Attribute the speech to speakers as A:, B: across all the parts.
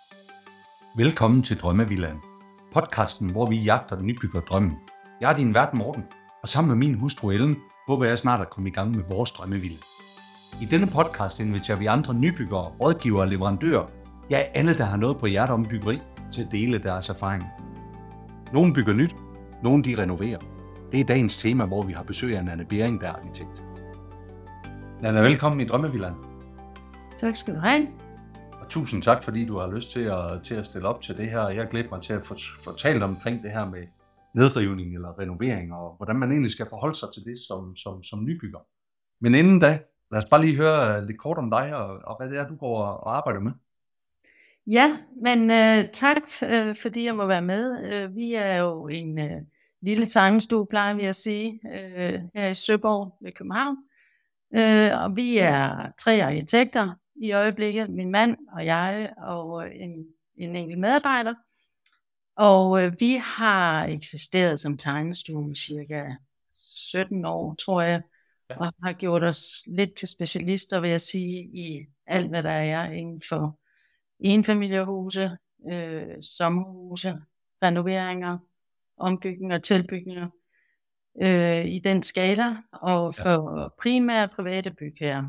A: Velkommen til Drømmevillaen, podcasten, hvor vi jagter nybyggerdrømmen. Jeg er din vært Morten, og sammen med min hustru Ellen, håber jeg snart at komme i gang med vores drømmevilla. I denne podcast inviterer vi andre nybyggere, rådgivere og leverandører, ja alle, der har noget på hjertet om byggeri, til at dele deres erfaringer. Nogle bygger nyt, nogle de renoverer. Det er dagens tema, hvor vi har besøg af Nanne Bering, der er arkitekt. Nanne, velkommen i Drømmevillaen.
B: Tak skal du have.
A: Og tusind tak, fordi du har lyst til at stille op til det her. Jeg glæder mig til at få talt omkring det her med nedrivning eller renovering, og hvordan man egentlig skal forholde sig til det som nybygger. Men inden da, lad os bare lige høre lidt kort om dig, og hvad det er, du går og arbejder med.
B: Ja, men tak, fordi jeg må være med. Vi er jo en lille tegnestue, plejer vi at sige, her i Søborg ved København. Og vi er 3 arkitekter i øjeblikket, min mand og jeg og en enkelt medarbejder. Og vi har eksisteret som tegnestue i cirka 17 år, tror jeg, og har gjort os lidt til specialister, vil jeg sige, i alt, hvad der er inden for enfamiliehuse, sommerhuse, renoveringer, ombygninger og tilbygninger i den skala, og for primært private bygherrer.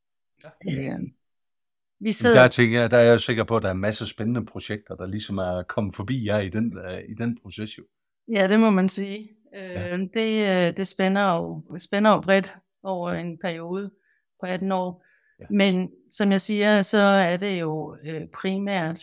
A: Der er jeg jo sikker på, at der er en masse spændende projekter, der ligesom er kommet forbi jer i den proces. Jo.
B: Ja, det må man sige. Det spænder jo bredt over en periode på 18 år. Ja. Men som jeg siger, så er det jo primært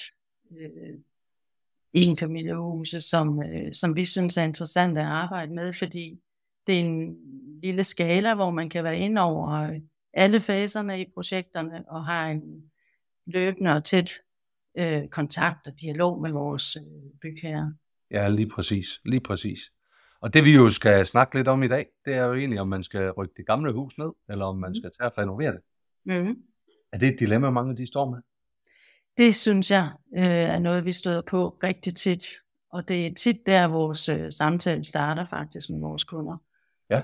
B: enfamiliehuse, som vi synes er interessant at arbejde med, fordi det er en lille skala, hvor man kan være inde over alle faserne i projekterne og har en løbende og tæt kontakt og dialog med vores bygherrer.
A: Ja, lige præcis. Og det vi jo skal snakke lidt om i dag, det er jo egentlig, om man skal rykke det gamle hus ned, eller om man skal tage og renovere det. Mm-hmm. Er det et dilemma, mange de står med?
B: Det synes jeg er noget, vi støder på rigtig tit. Og det er tit der, vores samtale starter faktisk med vores kunder.
A: Ja.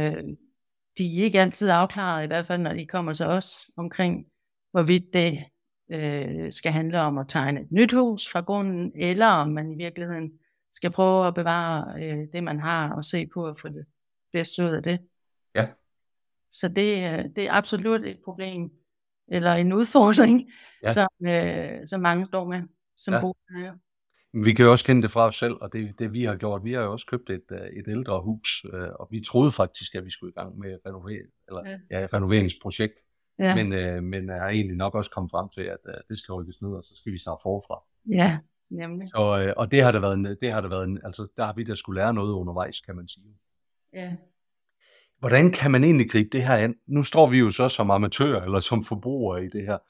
B: De er ikke altid afklaret, i hvert fald når de kommer til os, omkring hvorvidt det skal handle om at tegne et nyt hus fra grunden, eller om man i virkeligheden skal prøve at bevare det, man har, og se på at få det bedste ud af det.
A: Ja.
B: Så det er absolut et problem, eller en udfordring, som mange står med som boligejere.
A: Vi kan jo også kende det fra os selv, og det vi har gjort. Vi har jo også købt et ældre hus, og vi troede faktisk, at vi skulle i gang med renoveringsprojekt. Ja. Men er egentlig nok også kommet frem til, at det skal rykkes ned, og så skal vi starte forfra.
B: Ja, nemlig.
A: Så, og det har der været altså der har vi da skulle lære noget undervejs, kan man sige.
B: Ja.
A: Hvordan kan man egentlig gribe det her an? Nu står vi jo så som amatører eller som forbrugere i det her.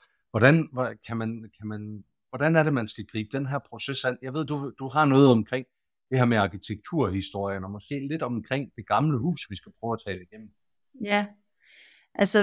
A: Hvordan er det, man skal gribe den her proces an? Jeg ved, du har noget omkring det her med arkitekturhistorien, og måske lidt omkring det gamle hus, vi skal prøve at tale igennem.
B: Ja, altså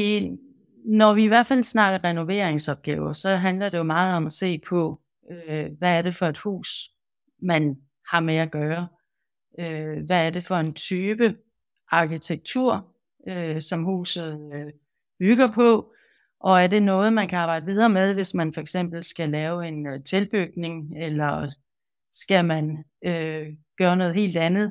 B: når vi i hvert fald snakker renoveringsopgaver, så handler det jo meget om at se på, hvad er det for et hus, man har med at gøre. Hvad er det for en type arkitektur, som huset bygger på, og er det noget, man kan arbejde videre med, hvis man for eksempel skal lave en tilbygning, eller skal man gøre noget helt andet.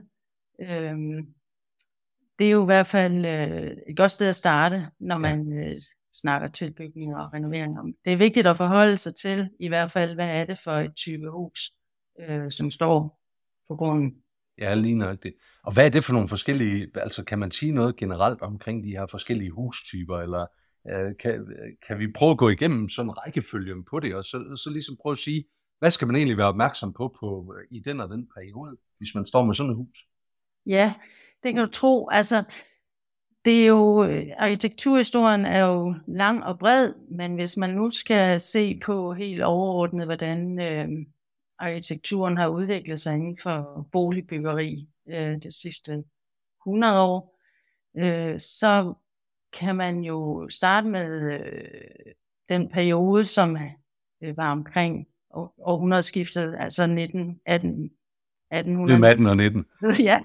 B: Det er jo i hvert fald et godt sted at starte, når man snakker tilbygninger og renoveringer. Det er vigtigt at forholde sig til, i hvert fald, hvad er det for et type hus, som står på grunden.
A: Ja, lige nøjagtigt. Og hvad er det for nogle forskellige, altså kan man sige noget generelt omkring de her forskellige hustyper, eller kan vi prøve at gå igennem sådan en rækkefølge på det, og så ligesom prøve at sige, hvad skal man egentlig være opmærksom på i den og den periode, hvis man står med sådan et hus?
B: Ja, det kan du tro. Altså, det er jo, arkitekturhistorien er jo lang og bred, men hvis man nu skal se på helt overordnet, hvordan arkitekturen har udviklet sig inden for boligbyggeri de sidste 100 år, så kan man jo starte med den periode, som var omkring århundredeskiftet, altså 1800.
A: 18 og 19.
B: Ja,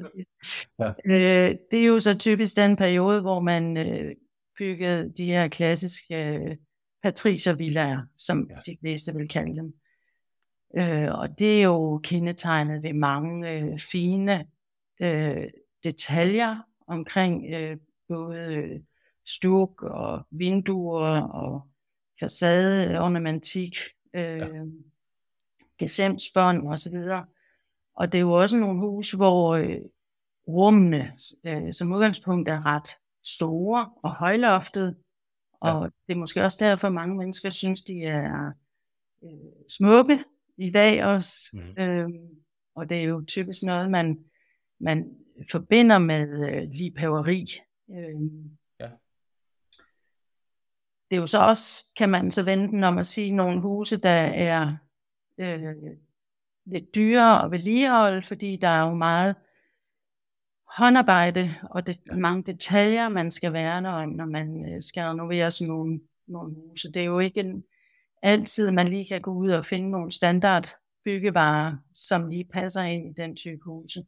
B: det er jo så typisk den periode, hvor man byggede de her klassiske patriciervillaer, som de fleste vil kalde dem. Og det er jo kendetegnet ved mange fine detaljer omkring både stuk og vinduer og facadeornamentik, gesimsbånd og så videre. Og det er jo også nogle huse, hvor rummene som udgangspunkt er ret store og højloftede. Og det er måske også derfor, mange mennesker synes, de er smukke i dag også. Og det er jo typisk noget, man forbinder med liebhaveri. Det er jo så også, kan man så vende den om at sige, nogle huse, der er lidt dyrere at vedligeholde, fordi der er jo meget håndarbejde og mange detaljer, man skal værne om, når man skal renovere sådan nogle huse. Det er jo ikke altid, man lige kan gå ud og finde nogle standard byggevarer, som lige passer ind i den type huse.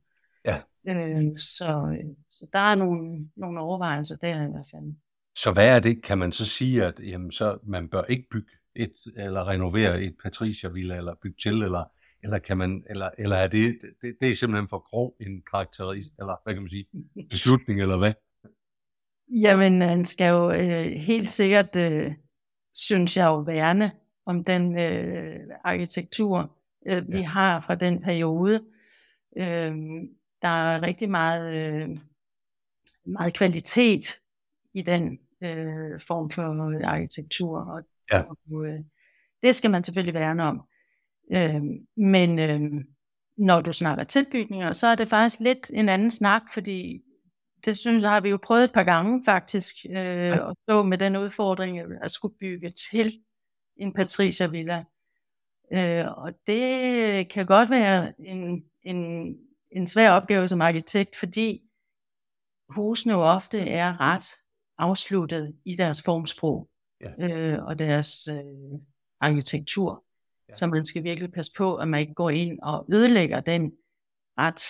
B: Så der er nogle overvejelser der i hvert fald.
A: Så hvad er det? Kan man så sige, at jamen, så man bør ikke bygge eller renovere et patriciervilla eller bygge til, eller kan man, eller er det er simpelthen for grov en karakteristik, eller hvad kan man sige, beslutning, eller hvad?
B: Jamen, man skal jo helt sikkert, synes jeg jo, værne om den arkitektur, vi har fra den periode. Der er rigtig meget kvalitet i den form for arkitektur, og det skal man selvfølgelig værne om. Men når du snakker tilbygninger, så er det faktisk lidt en anden snak, fordi det synes jeg, har vi jo prøvet et par gange faktisk, at stå med den udfordring at skulle bygge til en patriciervilla. Og det kan godt være en svær opgave som arkitekt, fordi husene jo ofte er ret afsluttet i deres formsprog og deres arkitektur. Så man skal virkelig passe på, at man ikke går ind og ødelægger den ret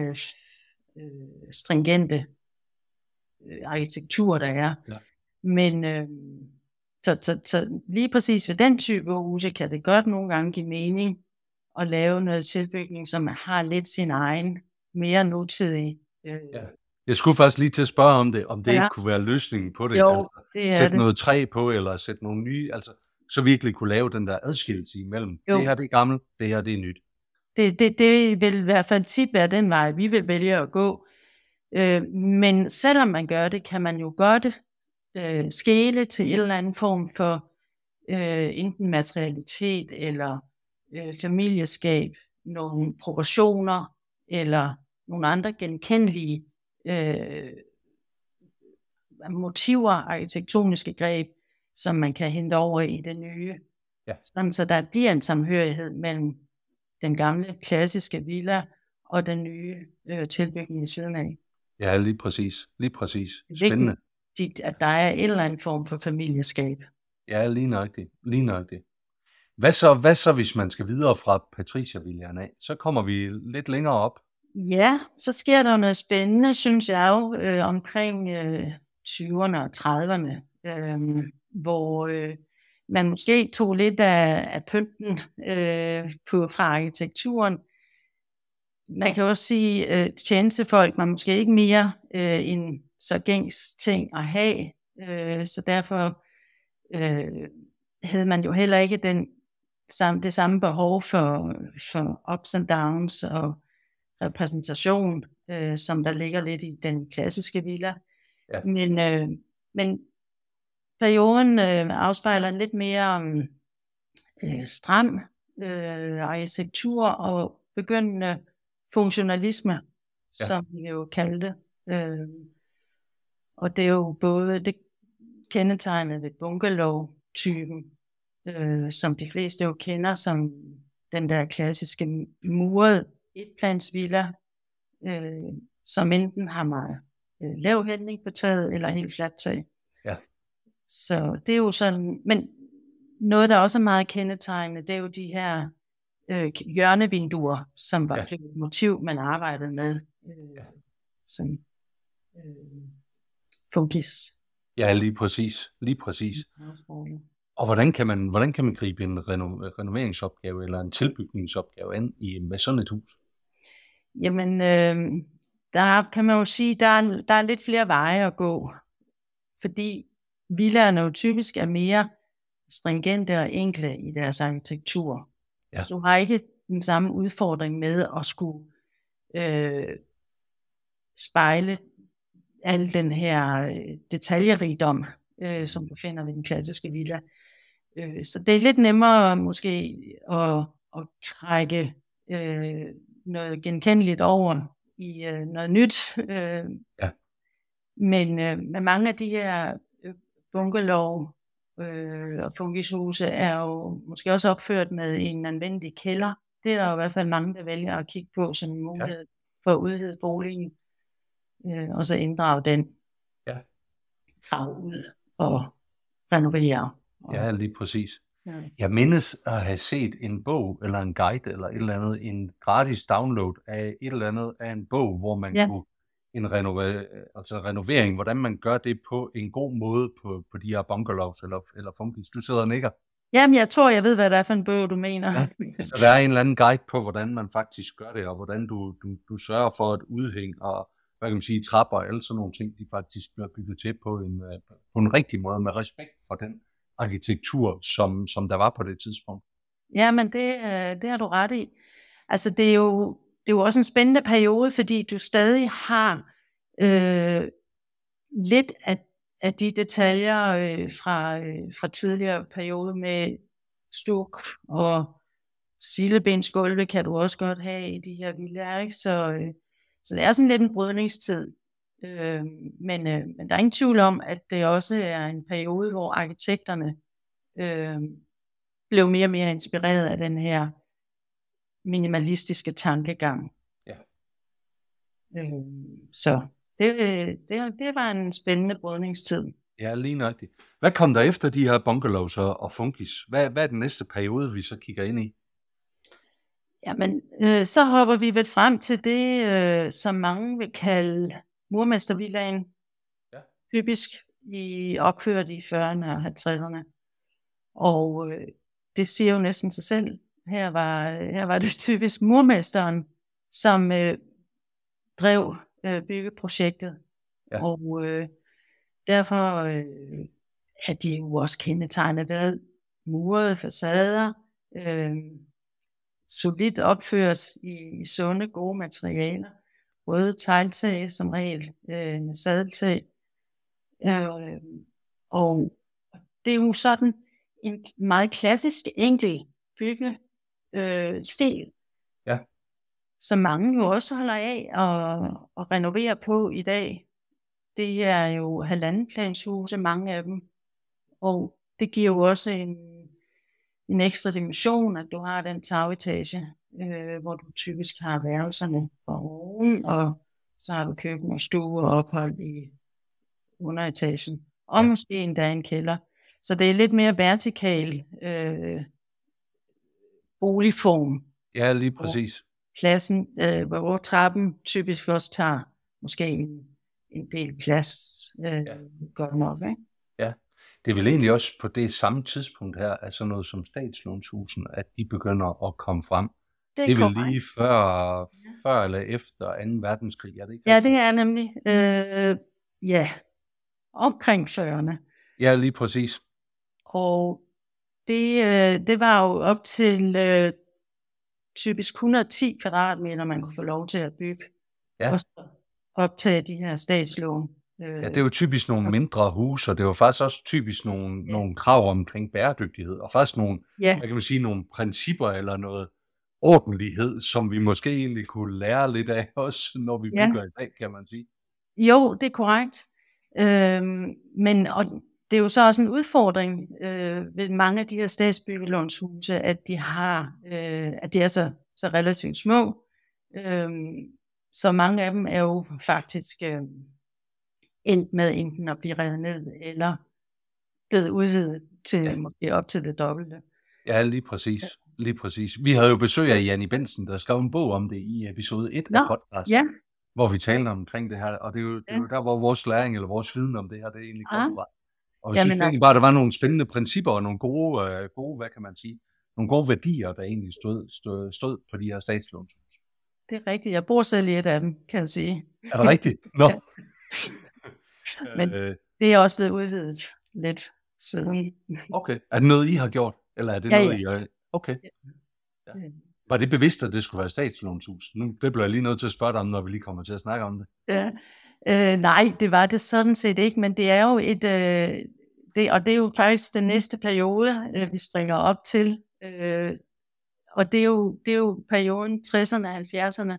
B: stringente arkitektur, der er. Men så lige præcis ved den type huse kan det godt nogle gange give mening at lave noget tilbygning, som har lidt sin egen, mere nutidig.
A: Jeg skulle faktisk lige til at spørge om det ikke kunne være løsningen på det.
B: Jo, det
A: sætte noget træ på, eller sætte nogle nye, så virkelig kunne lave den der adskillelse imellem. Jo. Det her det er gammelt, det her det er nyt.
B: Det vil i hvert fald tit være den vej, vi vil vælge at gå. Men selvom man gør det, kan man jo godt skele til en eller anden form for enten materialitet eller familieskab, nogle proportioner eller nogle andre genkendelige motiver, arkitektoniske greb, som man kan hente over i det nye. Så der bliver en samhørighed mellem den gamle klassiske villa og den nye tilbygning i siden af.
A: Ja, lige præcis. Spændende.
B: Vigtigt, at der er en eller anden form for familieskab.
A: Ja, lige nøjagtigt. Hvad så, hvis man skal videre fra patriciervillaen af? Så kommer vi lidt længere op.
B: Ja, så sker der noget spændende, synes jeg jo, omkring 20'erne og 30'erne, hvor man måske tog lidt af pynten fra arkitekturen. Man kan også sige, at tjenestefolk var måske ikke mere en så gængs ting at have, så derfor havde man jo heller ikke det samme behov for ups and downs og repræsentation, som der ligger lidt i den klassiske villa. Men perioden afspejler en lidt mere stram arkitektur og begyndende funktionalisme, som vi jo kaldte. Og det er jo både det kendetegnet ved bungalow-typen, som de fleste jo kender som den der klassiske murede etplansvilla, som enten har meget lav hældning på taget eller helt fladt tag. Så det er jo sådan, men noget der også er meget kendetegnende, det er jo de her hjørnevinduer, som var et motiv, man arbejdede med som funkis.
A: Ja, lige præcis. Og hvordan kan man gribe en renoveringsopgave eller en tilbygningsopgave an med sådan et hus?
B: Jamen, der kan man jo sige, der er lidt flere veje at gå, fordi villaerne jo typisk er mere stringente og enkle i deres arkitektur.
A: Ja.
B: Så du har ikke den samme udfordring med at skulle spejle al den her detaljerigdom, som du finder ved den klassiske villa. Så det er lidt nemmere måske at trække noget genkendeligt over i noget nyt.
A: Ja.
B: Men med mange af de her bungalow og funkishuse er jo måske også opført med en anvendelig kælder. Det er der jo i hvert fald mange, der vælger at kigge på som en mulighed for at udvide boligen, og så inddrage den krav ud og renovere.
A: Ja, lige præcis.
B: Ja.
A: Jeg mindes at have set en bog eller en guide eller et eller andet, en gratis download af et eller andet af en bog, hvor man kunne en renovering, hvordan man gør det på en god måde på de her bungalows eller funkis. Du sidder og nikker.
B: Jamen, jeg tror, jeg ved, hvad det er for en bog, du mener.
A: Ja. Så der er en eller anden guide på, hvordan man faktisk gør det, og hvordan du sørger for at udhæng og hvad kan man sige, trapper og alle sådan nogle ting, de faktisk bliver bygget til på en rigtig måde, med respekt for den arkitektur, som der var på det tidspunkt.
B: Jamen, det har du ret i. Altså, det er jo også en spændende periode, fordi du stadig har lidt af de detaljer fra tidligere periode med stuk og silebensgulve kan du også godt have i de her villaer, ikke? Så det er sådan lidt en brydningstid. Men der er ingen tvivl om, at det også er en periode, hvor arkitekterne blev mere og mere inspireret af den her minimalistiske tankegang.
A: Ja.
B: Så det var en spændende brydningstid.
A: Ja, lige nøjagtigt. Hvad kom der efter de her bungalows og funkis? Hvad er den næste periode, vi så kigger ind i?
B: Jamen, så hopper vi vel frem til det, som mange vil kalde murmestervillaen.
A: Ja.
B: Typisk opført i 40'erne og 50'erne. Og det siger jo næsten sig selv. Her var det typisk murmesteren, som drev byggeprojektet. Ja. Og derfor er de jo også kendetegnet ved murede facader, solidt opført i sunde, gode materialer, røde tegltag som regel med sadeltag. Og det er jo sådan en meget klassisk enkel byggestil, som mange jo også holder af at renovere på i dag. Det er jo halvandenplanshuse, mange af dem, og det giver jo også en ekstra dimension, at du har den tagetage, hvor du typisk har værelserne for oven, og så har du køkken og stue og ophold i underetagen, og måske endda en kælder. Så det er lidt mere vertikal boligform.
A: Ja, lige præcis.
B: Pladsen, hvor trappen typisk også tager måske en del plads, godt nok, ikke?
A: Ja, det er vel egentlig også på det samme tidspunkt her, altså noget som statslånshusen, at de begynder at komme frem. Det er vel lige før eller efter 2. verdenskrig, er det ikke?
B: Ja, det er nemlig, omkring 40'erne.
A: Ja, lige præcis.
B: Og det var jo op til typisk 110 kvadratmeter, man kunne få lov til at bygge.
A: Ja.
B: Og så optage de her statslån.
A: Ja, det er jo typisk nogle mindre huse, og det var faktisk også typisk nogle krav omkring bæredygtighed, og faktisk nogle, hvad kan man sige, nogle principper eller noget ordentlighed, som vi måske egentlig kunne lære lidt af også, når vi bygger i dag, kan man sige.
B: Jo, det er korrekt. Men det er jo så også en udfordring ved mange af de her statsbyggelånshuse, at de er så relativt små. Så mange af dem er jo faktisk endt med enten at blive revet ned, eller blevet udvidet til måske op til det dobbelte.
A: Ja, lige præcis. Ja. Lige præcis. Vi havde jo besøg af Janni Bentzen, der skrev en bog om det i episode 1 af podcasten, hvor vi talte omkring det her, og det er jo der, hvor vores læring eller vores viden om det her, det egentlig kommer fra. Og jeg synes egentlig bare, der var nogle spændende principper og nogle gode, hvad kan man sige, nogle gode værdier, der egentlig stod på de her statslånshus.
B: Det er rigtigt. Jeg bor selv i et af dem, kan jeg sige.
A: Er det rigtigt? Nå.
B: Men det er også blevet udvidet lidt siden.
A: Okay. Er det noget, I har gjort? Eller er det noget, I har... Okay. Ja. Var det bevidst, at det skulle være statslånshus? Nu, det bliver jeg lige nødt til at spørge dig om, når vi lige kommer til at snakke om det.
B: Ja. Nej, det var det sådan set ikke, men det er jo og det er jo faktisk den næste periode, vi strikker op til. Og det er jo perioden 60'erne og 70'erne.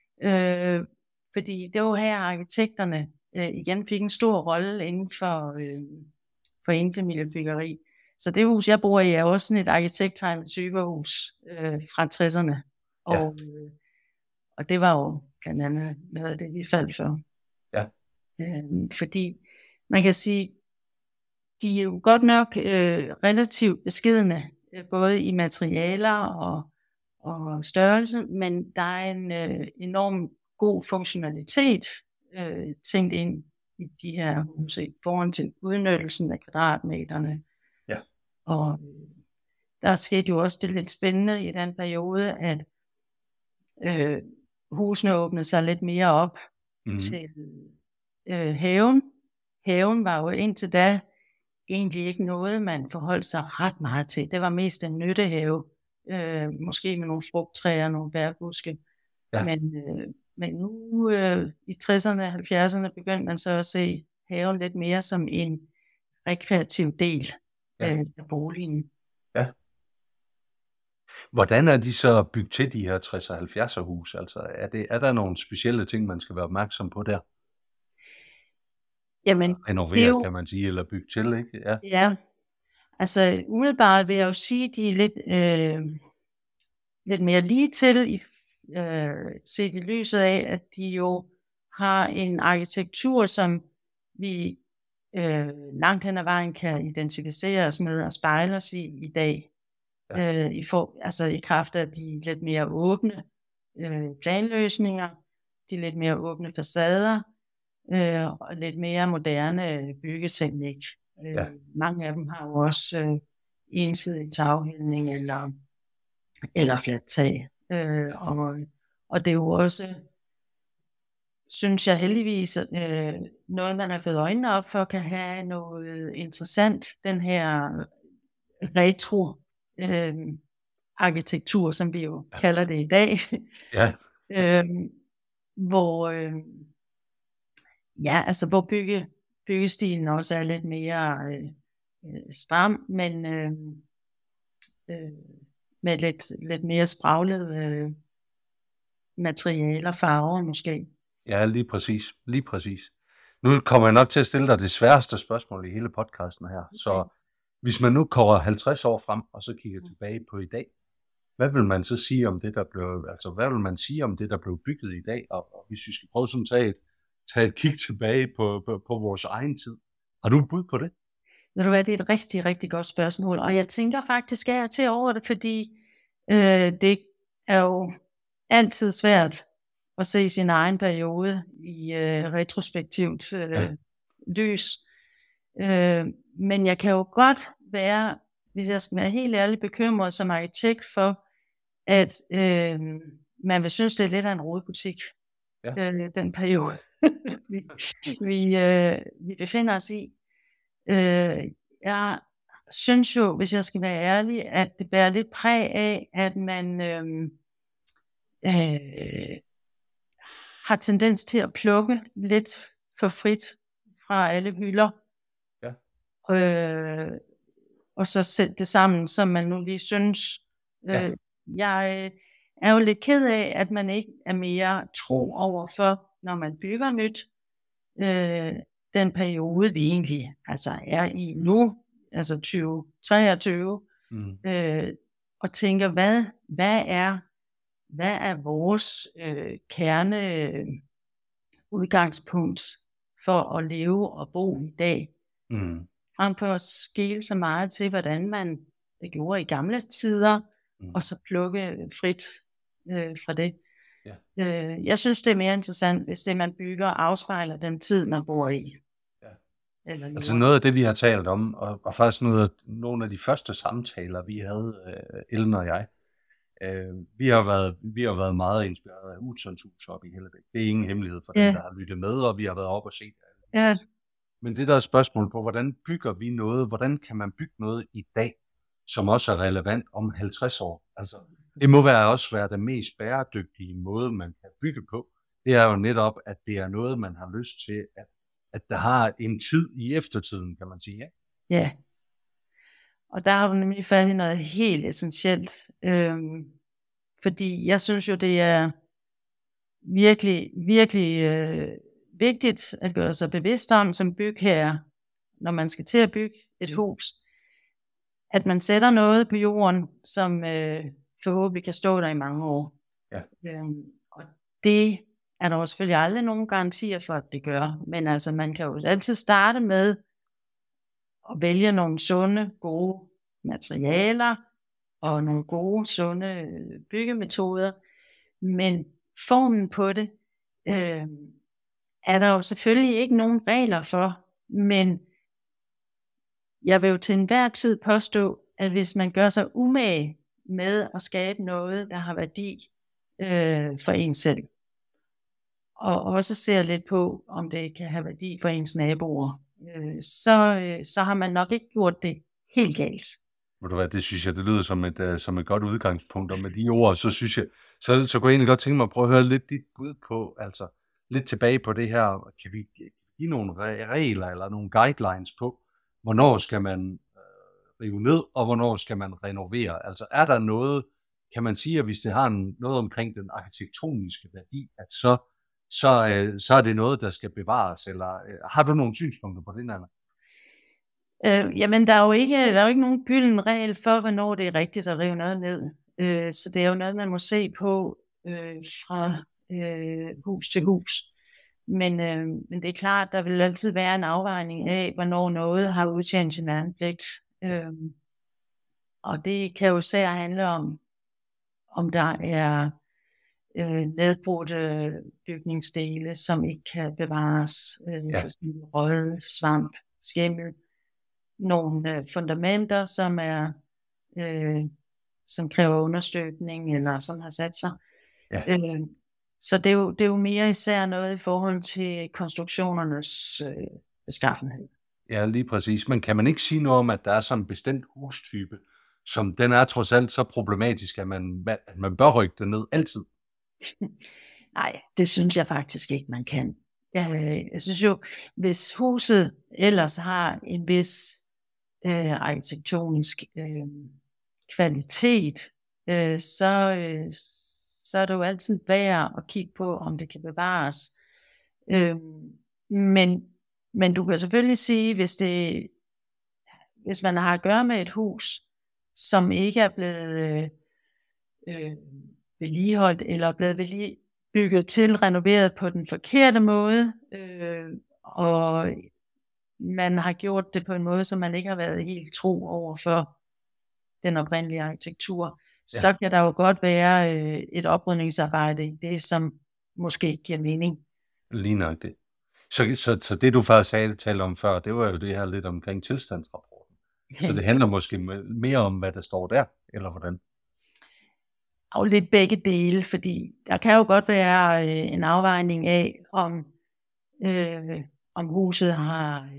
B: Fordi det var her, arkitekterne igen fik en stor rolle inden for enfamiliebyggeri. Så det hus, jeg bor i, er også sådan et arkitekttegnet typehus fra 60'erne. Og det var jo blandt andet noget af det, vi faldt for.
A: Ja.
B: Fordi man kan sige, de er jo godt nok relativt beskedne, både i materialer og størrelse, men der er en enorm god funktionalitet tænkt ind i de her huse i forhold til udnyttelsen af kvadratmeterne.
A: Ja.
B: Og der skete jo også det lidt spændende i den periode, at husene åbnede sig lidt mere op til haven. Haven var jo indtil da egentlig ikke noget, man forholdt sig ret meget til. Det var mest en nyttehave. Måske med nogle frugttræer og nogle bærbuske. Ja. Men nu i 60'erne og 70'erne begyndte man så at se haven lidt mere som en rekreativ del af boligen.
A: Ja. Hvordan er de så bygget til, de her 60'er og 70'er hus? Altså, er der nogle specielle ting, man skal være opmærksom på der?
B: Jamen,
A: renovere, kan man sige, eller bygge til, ikke? Ja.
B: Ja. Altså, umiddelbart vil jeg jo sige, at de er lidt mere lige til, set i lyset af, at de jo har en arkitektur, som vi langt hen ad vejen kan identificere os med og spejle os i dag. Ja. I kraft af de lidt mere åbne planløsninger, de lidt mere åbne facader, og lidt mere moderne byggeteknik. Ja. Mange af dem har jo også ensidig taghældning eller fladt tag. Og det er jo også, synes jeg heldigvis, noget man har fået øjnene op for, kan have noget interessant, den her retro arkitektur, som vi jo kalder det i dag.
A: Ja.
B: Hvor byggestilen også er lidt mere stram, men med lidt mere spraglede materialer, farver måske.
A: Ja, lige præcis. Nu kommer jeg nok til at stille dig det sværeste spørgsmål i hele podcasten her. Så hvis man nu kommer 50 år frem, og så kigger tilbage på i dag, hvad vil man så sige om det, der blev bygget i dag? Og hvis vi skal prøve sådan at tage et kig tilbage på vores egen tid. Har du et bud på det?
B: Ved du hvad, det er et rigtig, rigtig godt spørgsmål. Og jeg tænker faktisk til over det, fordi det er jo altid svært at se sin egen periode i retrospektivt lys. Men jeg kan jo godt være, hvis jeg skal være helt ærlig, bekymret som arkitekt for, at man vil synes, det er lidt af en rodebutik, den periode, vi befinder os i. Jeg synes jo, hvis jeg skal være ærlig, at det bærer lidt præg af, at man har tendens til at plukke lidt for frit fra alle hylder. Ja. Og så sætte det sammen, som man nu lige synes. Ja. Jeg er jo lidt ked af, at man ikke er mere tro overfor, når man bygger nyt. Den periode, vi egentlig er i nu, altså 2023, og tænker, hvad er vores kerne udgangspunkt for at leve og bo i dag? Frem for at skele så meget til, hvordan man det gjorde i gamle tider, og så plukke frit fra det. Ja. Jeg synes, det er mere interessant, hvis det, man bygger, afspejler den tid, man bor i. eller
A: Altså
B: lever.
A: noget af det, vi har talt om, og faktisk nogle af de første samtaler, vi havde, Ellen og jeg, vi har været meget inspireret af Utzons hus oppe i Hellebæk. Det er ingen hemmelighed for dem,
B: Ja,
A: der har lyttet med, og vi har været op og set det.
B: ja,
A: Men det der er spørgsmål på, hvordan bygger vi noget, hvordan kan man bygge noget i dag, som også er relevant om 50 år? Altså, det må også være den mest bæredygtige måde, man kan bygge på. Det er jo netop, at det er noget, man har lyst til, at der har en tid i eftertiden, kan man sige. Ja?
B: ja. Og der har du nemlig fat i noget helt essentielt. Fordi jeg synes jo, det er virkelig, virkelig vigtigt at gøre sig bevidst om som bygherre, når man skal til at bygge et hus, at man sætter noget på jorden, som forhåbentlig kan stå der i mange år.
A: Ja.
B: Og det er der jo selvfølgelig aldrig nogen garantier for, at det gør. Men altså, man kan jo altid starte med at vælge nogle sunde, gode materialer og nogle gode, sunde byggemetoder. Men formen på det er der jo selvfølgelig ikke nogen regler for, men jeg vil jo til enhver tid påstå, at hvis man gør sig umage med at skabe noget, der har værdi for en selv, og også ser lidt på, om det kan have værdi for ens naboer, så har man nok ikke gjort det helt galt.
A: Ved du hvad, det synes jeg, det lyder som et godt udgangspunkt, og med de ord, så synes jeg, så kunne jeg egentlig godt tænke mig at prøve at høre lidt dit bud på, altså lidt tilbage på det her, kan vi give nogle regler eller nogle guidelines på, hvornår skal man rive ned, og hvornår skal man renovere? Altså er der noget, kan man sige, at hvis det har noget omkring den arkitektoniske værdi, at så er det noget, der skal bevares, eller har du nogle synspunkter på det, Nanna?
B: Jamen, der er jo ikke nogen gylden regel for, hvornår det er rigtigt at rive noget ned. Så det er jo noget, man må se på fra hus til hus. Men det er klart, der vil altid være en afvejning af, hvornår noget har udtjent sin værnepligt. Og det kan jo især handle om der er nedbrudte bygningsdele, som ikke kan bevares, for eksempel røde, svamp, skimmel, nogle fundamenter, som kræver understøtning, eller som har sat sig. Ja. Så det er jo mere især noget i forhold til konstruktionernes beskaffenhed.
A: Ja, lige præcis. Men kan man ikke sige noget om, at der er sådan en bestemt hustype, som den er trods alt så problematisk, at man bør rykke det ned altid?
B: Nej, det synes jeg faktisk ikke, man kan. Jeg synes jo, hvis huset ellers har en vis arkitektonisk kvalitet, så er det jo altid værd at kigge på, om det kan bevares. Men du kan selvfølgelig sige, hvis man har at gøre med et hus, som ikke er blevet vedligeholdt, eller blevet bygget til, renoveret på den forkerte måde, og man har gjort det på en måde, som man ikke har været helt tro over for den oprindelige arkitektur, så kan der jo godt være et oprydningsarbejde i det, som måske ikke giver mening.
A: Lige nok det. Så det du faktisk talte om før, det var jo det her lidt omkring tilstandsrapporten. Så det handler måske mere om, hvad der står der, eller hvordan?
B: Og lidt begge dele, fordi der kan jo godt være en afvejning af, om huset har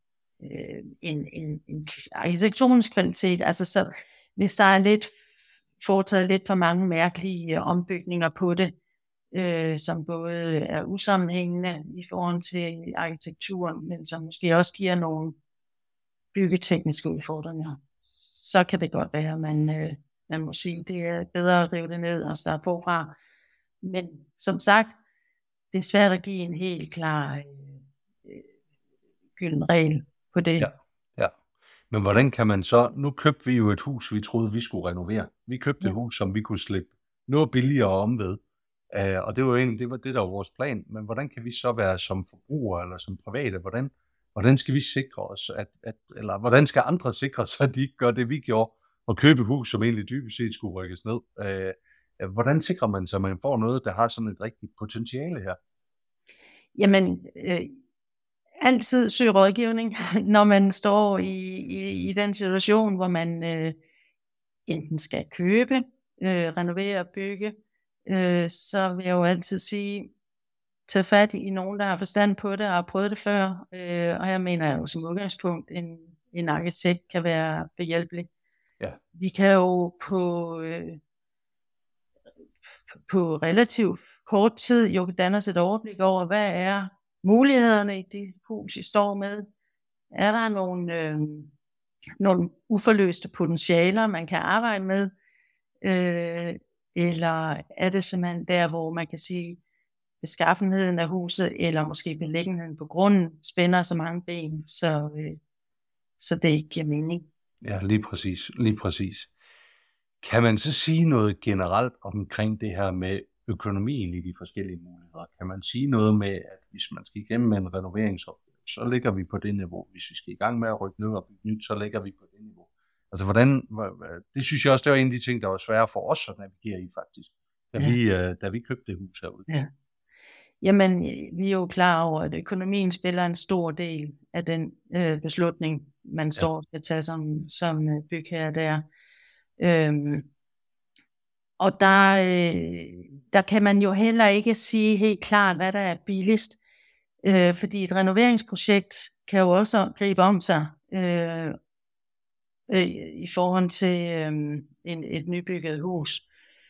B: en arkitektonisk kvalitet. Altså så, hvis der er foretaget lidt for mange mærkelige ombygninger på det, som både er usammenhængende i forhold til arkitekturen, men som måske også giver nogle byggetekniske udfordringer, så kan det godt være, at man må sige, det er bedre at rive det ned og starte forfra. Men som sagt, det er svært at give en helt klar gylden regel på det.
A: Ja. Men hvordan kan man så, nu købte vi jo et hus, vi troede, vi skulle renovere. Vi købte et hus, som vi kunne slippe noget billigere om ved. Og det var egentlig, det der var vores plan. Men hvordan kan vi så være som forbrugere eller som private? Hvordan skal vi sikre os, eller hvordan skal andre sikre sig, at de ikke gør det, vi gjorde, og købe hus, som egentlig dybest set skulle rykkes ned? Hvordan sikrer man sig, at man får noget, der har sådan et rigtigt potentiale her?
B: Jamen, altid søge rådgivning, når man står i den situation, hvor man enten skal købe, renovere og bygge. Så vil jeg jo altid sige, tag fat i nogen, der har forstand på det og har prøvet det før. Og jeg mener jo som udgangspunkt, en arkitekt kan være behjælpelig.
A: Ja.
B: Vi kan jo på relativt kort tid jo danne os et overblik over, hvad er mulighederne i det hus, I står med. Er der nogle uforløste potentialer, man kan arbejde med? Eller er det simpelthen der, hvor man kan sige, beskaffenheden af huset, eller måske beliggenheden på grunden, spænder så mange ben, så det ikke giver mening.
A: Ja, lige præcis. Kan man så sige noget generelt omkring det her med økonomien i de forskellige muligheder? Kan man sige noget med, at hvis man skal igennem en renoveringsopgave, så ligger vi på det niveau. Hvis vi skal i gang med at rykke ned og bygge nyt, så ligger vi på det niveau. Altså det synes jeg også, det var en af de ting, der var svære for os at navigere i faktisk, da vi købte det hus herude.
B: Ja. Jamen, vi er jo klar over, at økonomien spiller en stor del af den beslutning, man står skal tage som bygherre der. Og der kan man jo heller ikke sige helt klart, hvad der er billigst. Fordi et renoveringsprojekt kan jo også gribe om sig i forhold til et nybygget hus.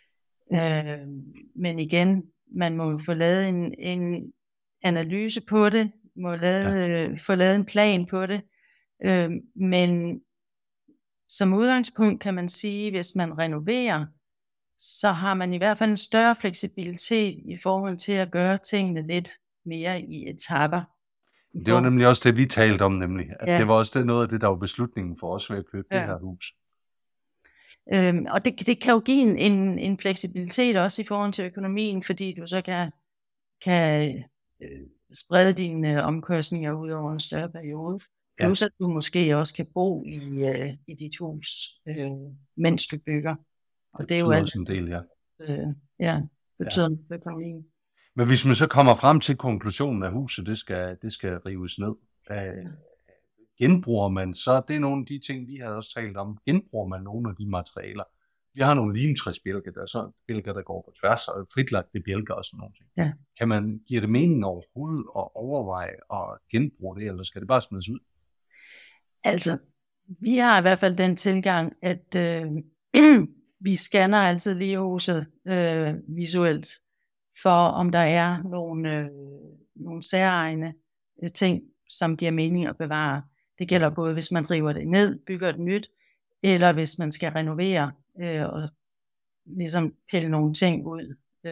B: Men igen, man må jo få lavet en analyse på det, få lavet en plan på det. Men som udgangspunkt kan man sige, hvis man renoverer, så har man i hvert fald en større fleksibilitet i forhold til at gøre tingene lidt mere i etaper.
A: Det var nemlig også det, vi talte om, nemlig. At det var også noget af det, der var beslutningen for os ved at købe det her hus.
B: Og det kan jo give en fleksibilitet også i forhold til økonomien, fordi du så kan sprede dine omkostninger ud over en større periode. Plus at du måske også kan bo i dit hus, mens du bygger. Og det er jo
A: også en del,
B: betyder økonomien.
A: Men hvis man så kommer frem til konklusionen af huset, det skal rives ned. Genbruger man, så det er nogle af de ting, vi har også talt om. Genbruger man nogle af de materialer? Vi har nogle limtræsbjælker, der går på tværs, og fritlagte bjælker og sådan nogle ting. Ja. Giver det mening overhovedet at overveje at genbruge det, eller skal det bare smides ud?
B: Altså, vi har i hvert fald den tilgang, at vi scanner altid lige huset visuelt, for om der er nogle særegne ting, som giver mening at bevare. Det gælder både, hvis man river det ned, bygger det nyt, eller hvis man skal renovere og ligesom pille nogle ting ud.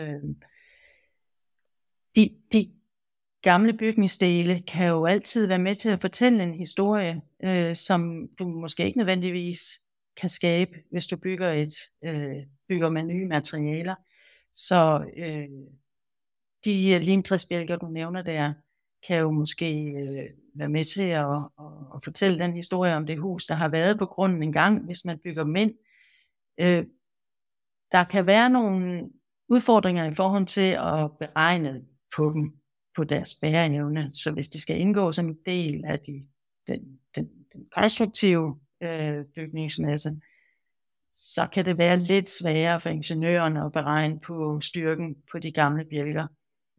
B: De gamle bygningsdele kan jo altid være med til at fortælle en historie, som du måske ikke nødvendigvis kan skabe, hvis du bygger med nye materialer. Så de limtræsbjælker, du nævner der, kan jo måske være med til at fortælle den historie om det hus, der har været på grunden en gang, hvis man bygger dem ind. Der kan være nogle udfordringer i forhold til at beregne på dem, på deres bæreevne. Så hvis de skal indgå som en del af den konstruktive bygningsmasse, så kan det være lidt sværere for ingeniørerne at beregne på styrken på de gamle bjælker.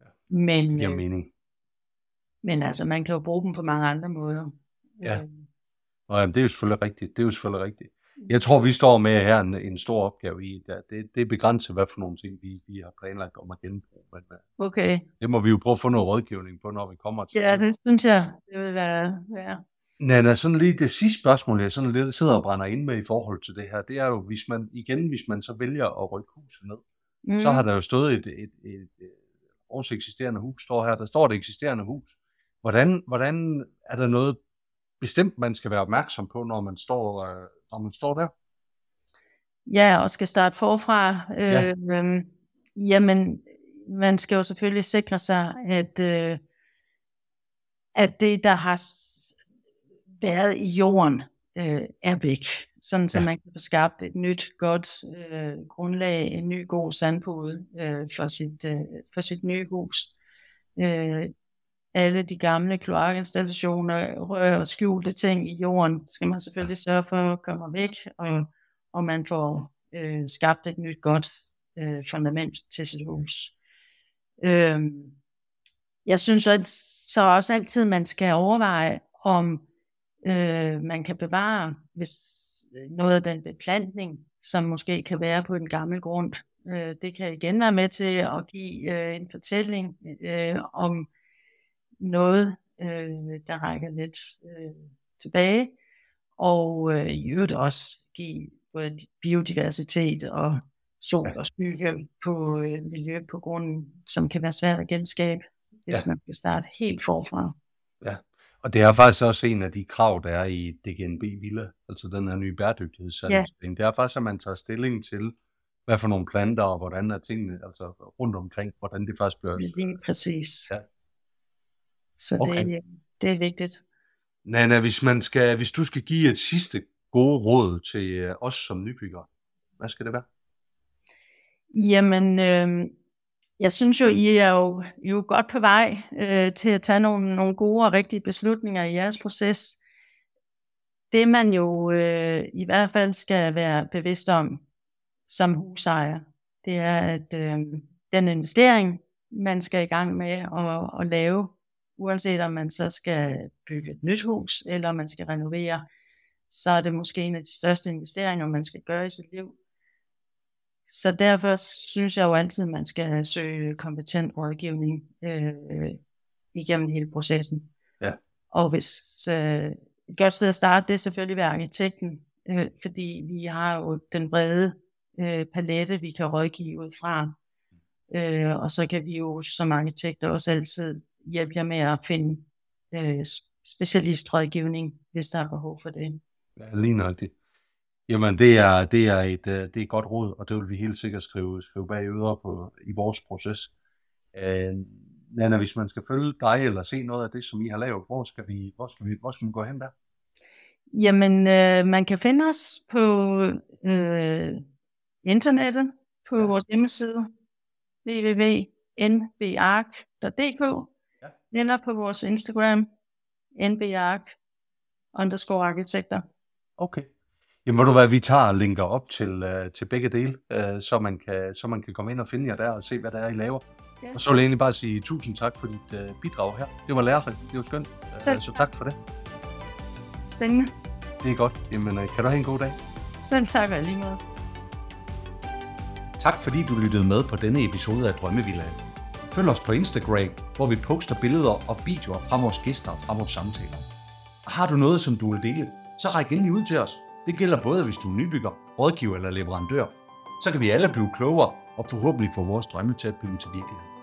B: Men altså, man kan jo bruge dem på mange andre måder.
A: Ja, og det er jo selvfølgelig rigtigt. Jeg tror, vi står med her en stor opgave i, det er begrænset, hvad for nogle ting, vi har planlagt om at genbruge. Men
B: okay.
A: Det må vi jo prøve at få noget rådgivning på, når vi kommer til.
B: Ja, det synes jeg, det vil være. Ja.
A: Nana, sådan lige det sidste spørgsmål, jeg sådan lidt sidder og brænder ind med i forhold til det her, det er jo, hvis man så vælger at rykke huset ned, så har der jo stået et vores eksisterende hus står her, der står det eksisterende hus. Hvordan er der noget bestemt, man skal være opmærksom på, når man står der?
B: Ja, og skal starte forfra. Jamen, man skal jo selvfølgelig sikre sig, at det, der har været i jorden, er væk. Sådan, så man kan få skabt et nyt, godt grundlag, en ny, god sandpude for sit nye hus. alle de gamle kloakinstallationer, rør og skjulte ting i jorden, skal man selvfølgelig sørge for at komme væk, og man får skabt et nyt godt fundament til sit hus. Jeg synes så også altid, man skal overveje, om man kan bevare noget af den beplantning, som måske kan være på en gammel grund. Det kan igen være med til at give en fortælling om noget, der rækker lidt tilbage, og i øvrigt også give både biodiversitet og sol og skygge på miljø på grunden, som kan være svært at genskabe, hvis man kan starte helt forfra.
A: Ja, og det er faktisk også en af de krav, der er i DGNB Villa, altså den her nye bæredygtighedscertificering. Det er faktisk, at man tager stilling til, hvad for nogle planter og hvordan er tingene, altså rundt omkring, hvordan det faktisk bliver.
B: Lige præcis.
A: Ja.
B: Så okay. det er vigtigt.
A: Nanna, hvis du skal give et sidste gode råd til os som nybyggere, hvad skal det være?
B: Jamen, jeg synes jo, I er jo godt på vej til at tage nogle gode og rigtige beslutninger i jeres proces. Det man jo i hvert fald skal være bevidst om som husejer, det er, at den investering, man skal i gang med at lave, uanset om man så skal bygge et nyt hus, eller man skal renovere, så er det måske en af de største investeringer, man skal gøre i sit liv. Så derfor synes jeg jo altid, at man skal søge kompetent rådgivning igennem hele processen.
A: Ja.
B: Og hvis et godt sted at starte, det er selvfølgelig ved arkitekten, fordi vi har jo den brede palette, vi kan rådgive ud fra. Og så kan vi jo som arkitekter også altid hjælpe jer med at finde specialistrådgivning, hvis der er behov for det.
A: Ja, lige nøjagtigt. Jamen, det er et godt råd, og det vil vi helt sikkert skrive bagud i vores proces. Nanna, hvis man skal følge dig eller se noget af det, som I har lavet, hvor skal man gå hen der?
B: Jamen, man kan finde os på internettet, på vores hjemmeside, www.nbark.dk, eller på vores Instagram, nbark_arkitekter.
A: Okay. Jamen, ved du hvad, vi tager linker op til begge dele, så man kan komme ind og finde jer der og se, hvad der er, I laver. Ja. Og så vil jeg egentlig bare sige tusind tak for dit bidrag her. Det var lærerigt, det var skønt, så tak for det.
B: Spændende.
A: Det er godt. Jamen, kan du have en god dag?
B: Selv tak, og lige måde.
A: Tak fordi du lyttede med på denne episode af Drømmevillaen. Følg os på Instagram, hvor vi poster billeder og videoer fra vores gæster og fra vores samtaler. Og har du noget, som du vil dele, så ræk endelig ud til os. Det gælder både, hvis du er nybygger, rådgiver eller leverandør. Så kan vi alle blive klogere og forhåbentlig få vores drømme til at blive til virkelighed.